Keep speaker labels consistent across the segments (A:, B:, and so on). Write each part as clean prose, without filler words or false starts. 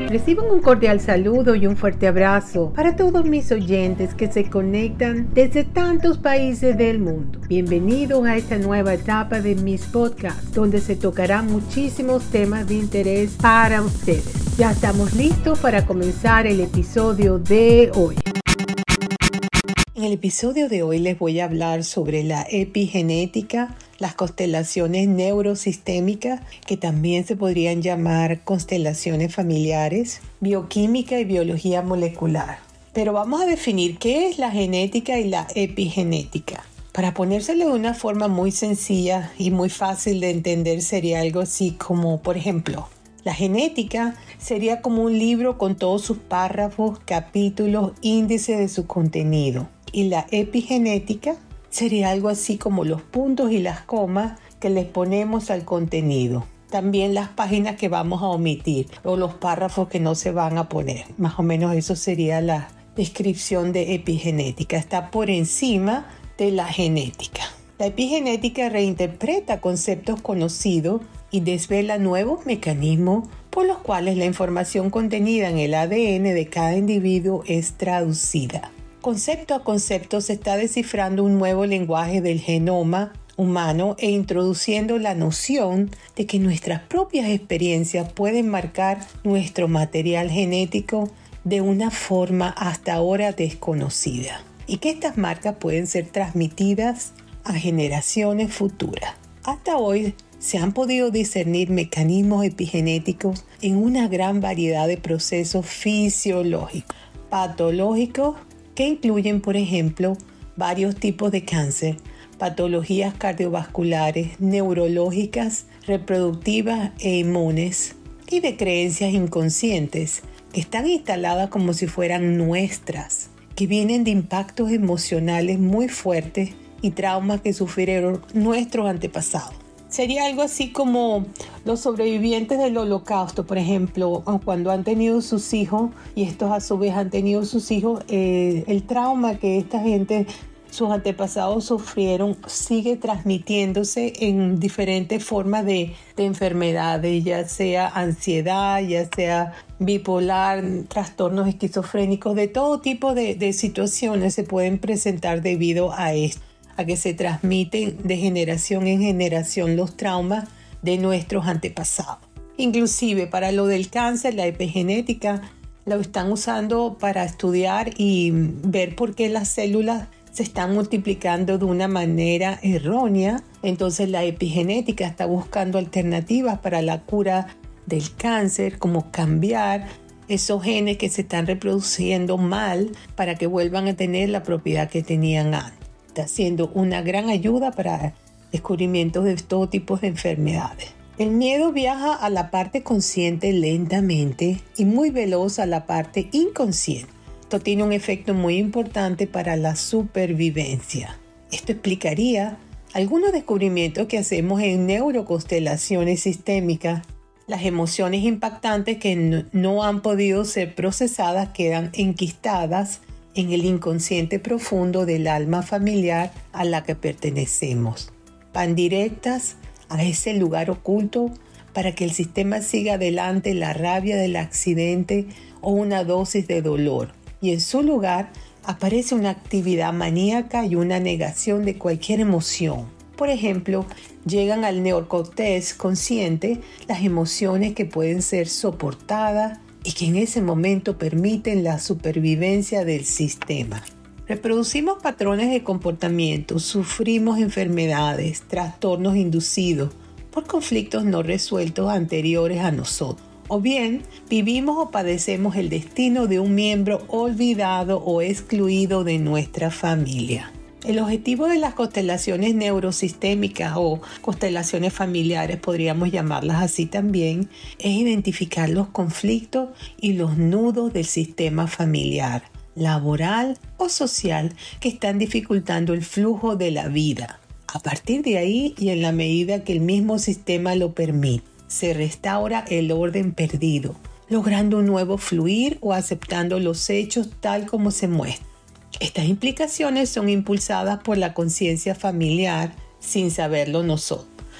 A: Reciban un cordial saludo y un fuerte abrazo para todos mis oyentes que se conectan desde tantos países del mundo. Bienvenidos a esta nueva etapa de mis podcasts, donde se tocarán muchísimos temas de interés para ustedes. Ya estamos listos para comenzar el episodio de hoy. En el episodio de hoy les voy a hablar sobre la epigenética, las constelaciones neurosistémicas, que también se podrían llamar constelaciones familiares, bioquímica y biología molecular. Pero vamos a definir qué es la genética y la epigenética. Para ponérselo de una forma muy sencilla y muy fácil de entender, sería algo así como, por ejemplo, la genética sería como un libro con todos sus párrafos, capítulos, índices de su contenido. Y la epigenética sería algo así como los puntos y las comas que les ponemos al contenido. También las páginas que vamos a omitir o los párrafos que no se van a poner. Más o menos eso sería la descripción de epigenética. Está por encima de la genética. La epigenética reinterpreta conceptos conocidos y desvela nuevos mecanismos por los cuales la información contenida en el ADN de cada individuo es traducida. Concepto a concepto se está descifrando un nuevo lenguaje del genoma humano e introduciendo la noción de que nuestras propias experiencias pueden marcar nuestro material genético de una forma hasta ahora desconocida y que estas marcas pueden ser transmitidas a generaciones futuras. Hasta hoy se han podido discernir mecanismos epigenéticos en una gran variedad de procesos fisiológicos, patológicos, que incluyen, por ejemplo, varios tipos de cáncer, patologías cardiovasculares, neurológicas, reproductivas e inmunes, y de creencias inconscientes que están instaladas como si fueran nuestras, que vienen de impactos emocionales muy fuertes y traumas que sufrieron nuestros antepasados. Sería algo así como los sobrevivientes del Holocausto, por ejemplo, cuando han tenido sus hijos y estos a su vez han tenido sus hijos, el trauma que esta gente, sus antepasados sufrieron, sigue transmitiéndose en diferentes formas de enfermedades, ya sea ansiedad, ya sea bipolar, trastornos esquizofrénicos, de todo tipo de situaciones se pueden presentar debido a esto, a que se transmiten de generación en generación los traumas de nuestros antepasados. Inclusive para lo del cáncer, la epigenética lo están usando para estudiar y ver por qué las células se están multiplicando de una manera errónea. Entonces la epigenética está buscando alternativas para la cura del cáncer, como cambiar esos genes que se están reproduciendo mal para que vuelvan a tener la propiedad que tenían antes. Está siendo una gran ayuda para descubrimientos de todo tipo de enfermedades. El miedo viaja a la parte consciente lentamente y muy veloz a la parte inconsciente. Esto tiene un efecto muy importante para la supervivencia. Esto explicaría algunos descubrimientos que hacemos en neuroconstelaciones sistémicas. Las emociones impactantes que no han podido ser procesadas quedan enquistadas en el inconsciente profundo del alma familiar a la que pertenecemos. Van directas a ese lugar oculto para que el sistema siga adelante la rabia del accidente o una dosis de dolor. Y en su lugar aparece una actividad maníaca y una negación de cualquier emoción. Por ejemplo, llegan al neocórtex consciente las emociones que pueden ser soportadas y que en ese momento permiten la supervivencia del sistema. Reproducimos patrones de comportamiento, sufrimos enfermedades, trastornos inducidos por conflictos no resueltos anteriores a nosotros. O bien, vivimos o padecemos el destino de un miembro olvidado o excluido de nuestra familia. El objetivo de las constelaciones neurosistémicas o constelaciones familiares, podríamos llamarlas así también, es identificar los conflictos y los nudos del sistema familiar, laboral o social que están dificultando el flujo de la vida. A partir de ahí y en la medida que el mismo sistema lo permite, se restaura el orden perdido, logrando un nuevo fluir o aceptando los hechos tal como se muestran. Estas implicaciones son impulsadas por la conciencia familiar sin saberlo nosotros.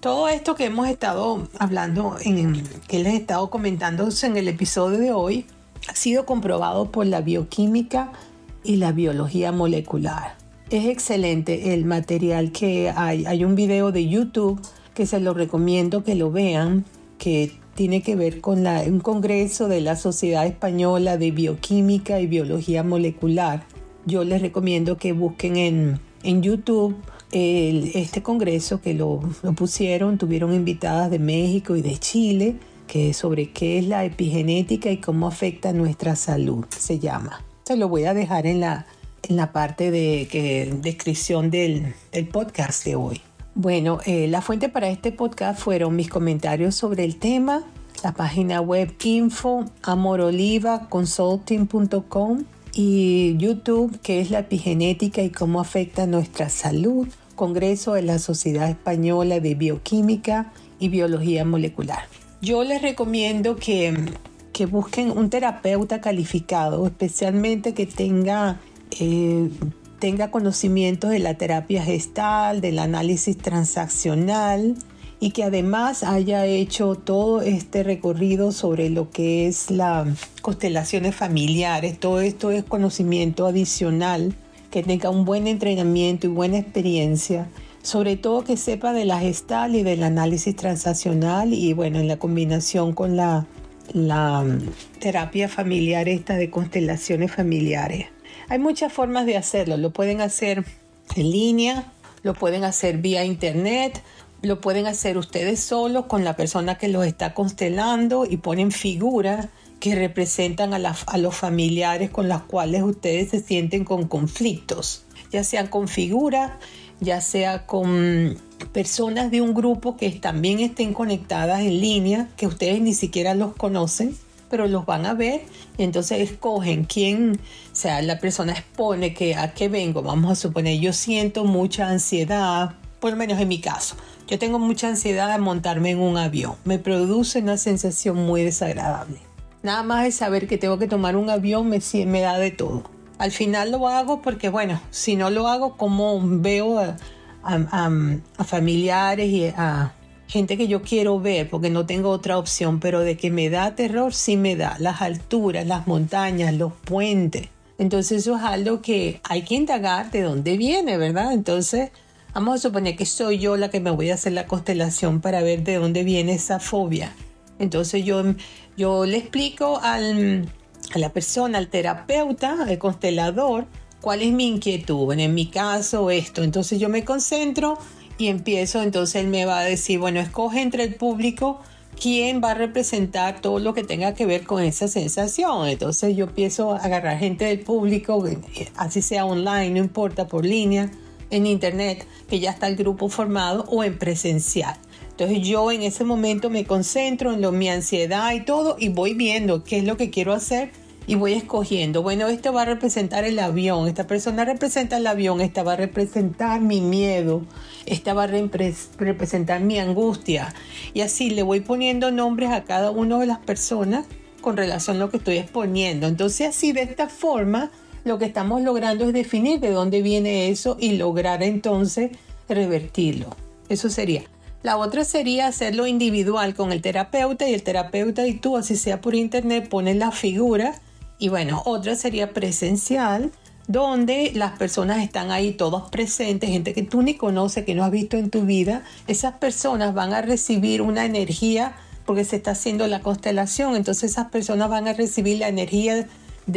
A: Todo esto que hemos estado hablando, que les he estado comentando en el episodio de hoy, ha sido comprobado por la bioquímica y la biología molecular. Es excelente el material que hay. Hay un video de YouTube que se lo recomiendo que lo vean, que tiene que ver con un congreso de la Sociedad Española de Bioquímica y Biología Molecular. Yo les recomiendo que busquen en YouTube este congreso, que lo pusieron, tuvieron invitadas de México y de Chile, que sobre qué es la epigenética y cómo afecta nuestra salud, se llama. Se lo voy a dejar en la parte de descripción del podcast de hoy. Bueno, la fuente para este podcast fueron mis comentarios sobre el tema, la página web info.amorolivaconsulting.com y YouTube, que es la epigenética y cómo afecta nuestra salud, Congreso de la Sociedad Española de Bioquímica y Biología Molecular. Yo les recomiendo que busquen un terapeuta calificado, especialmente que tenga conocimientos de la terapia gestal, del análisis transaccional y que además haya hecho todo este recorrido sobre lo que es las constelaciones familiares. Todo esto es conocimiento adicional, que tenga un buen entrenamiento y buena experiencia, sobre todo que sepa de la gestal y del análisis transaccional y bueno, en la combinación con la terapia familiar esta de constelaciones familiares. Hay muchas formas de hacerlo. Lo pueden hacer en línea, lo pueden hacer vía internet, lo pueden hacer ustedes solos con la persona que los está constelando y ponen figuras que representan a los familiares con los cuales ustedes se sienten con conflictos, ya sean con figuras, ya sea con personas de un grupo que también estén conectadas en línea, que ustedes ni siquiera los conocen, pero los van a ver y entonces escogen quién, o sea, la persona expone que a qué vengo. Vamos a suponer, yo siento mucha ansiedad, por lo menos en mi caso, yo tengo mucha ansiedad de montarme en un avión, me produce una sensación muy desagradable. Nada más de saber que tengo que tomar un avión me da de todo. Al final lo hago porque, bueno, si no lo hago, como veo a familiares y a gente que yo quiero ver porque no tengo otra opción, pero de que me da terror, sí me da. Las alturas, las montañas, los puentes. Entonces eso es algo que hay que indagar de dónde viene, ¿verdad? Entonces vamos a suponer que soy yo la que me voy a hacer la constelación para ver de dónde viene esa fobia. Entonces yo le explico a la persona, al terapeuta, al constelador, cuál es mi inquietud. Bueno, en mi caso esto. Entonces yo me concentro y empiezo, entonces él me va a decir, bueno, escoge entre el público quién va a representar todo lo que tenga que ver con esa sensación. Entonces yo empiezo a agarrar gente del público, así sea online, no importa, por línea, en internet, que ya está el grupo formado, o en presencial. Entonces yo en ese momento me concentro en mi ansiedad y todo, y voy viendo qué es lo que quiero hacer y voy escogiendo. Bueno, esto va a representar el avión, esta persona representa el avión, esta va a representar mi miedo, esta va a representar mi angustia. Y así le voy poniendo nombres a cada una de las personas con relación a lo que estoy exponiendo. Entonces así, de esta forma, lo que estamos logrando es definir de dónde viene eso y lograr entonces revertirlo. Eso sería. La otra sería hacerlo individual con el terapeuta, y el terapeuta y tú, así sea por internet, ponen la figura. Y bueno, otra sería presencial, donde las personas están ahí todos presentes, gente que tú ni conoces, que no has visto en tu vida. Esas personas van a recibir una energía porque se está haciendo la constelación. Entonces esas personas van a recibir la energía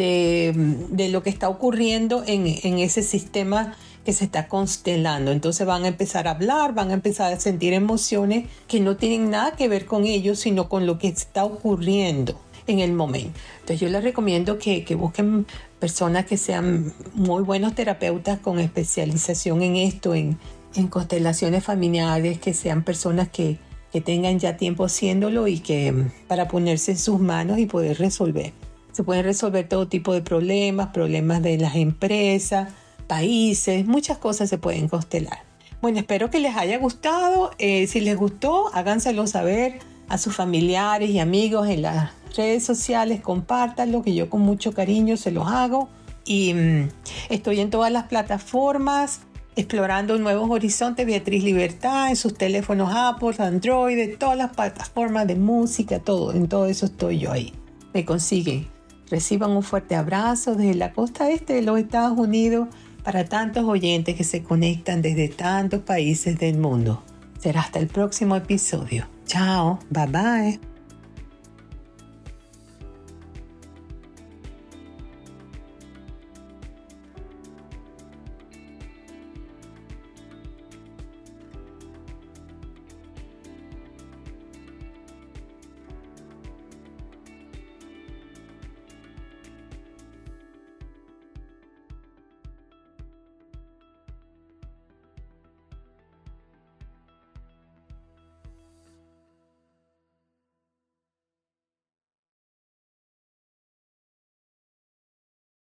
A: de lo que está ocurriendo en ese sistema que se está constelando. Entonces van a empezar a hablar, van a empezar a sentir emociones que no tienen nada que ver con ellos, sino con lo que está ocurriendo en el momento. Entonces yo les recomiendo que busquen personas que sean muy buenos terapeutas con especialización en esto, en constelaciones familiares, que sean personas que tengan ya tiempo haciéndolo y que para ponerse en sus manos y poder resolver. Se pueden resolver todo tipo de problemas de las empresas, países, muchas cosas se pueden constelar. Bueno, espero que les haya gustado. Si les gustó, háganselo saber a sus familiares y amigos en las redes sociales, compártanlo, que yo con mucho cariño se los hago. Y estoy en todas las plataformas, Explorando nuevos horizontes, Beatriz Libertad, en sus teléfonos Apple, Android, de todas las plataformas de música, todo. En todo eso estoy yo ahí. Me consiguen. Reciban un fuerte abrazo desde la costa este de los Estados Unidos para tantos oyentes que se conectan desde tantos países del mundo. Será hasta el próximo episodio. Chao, bye bye.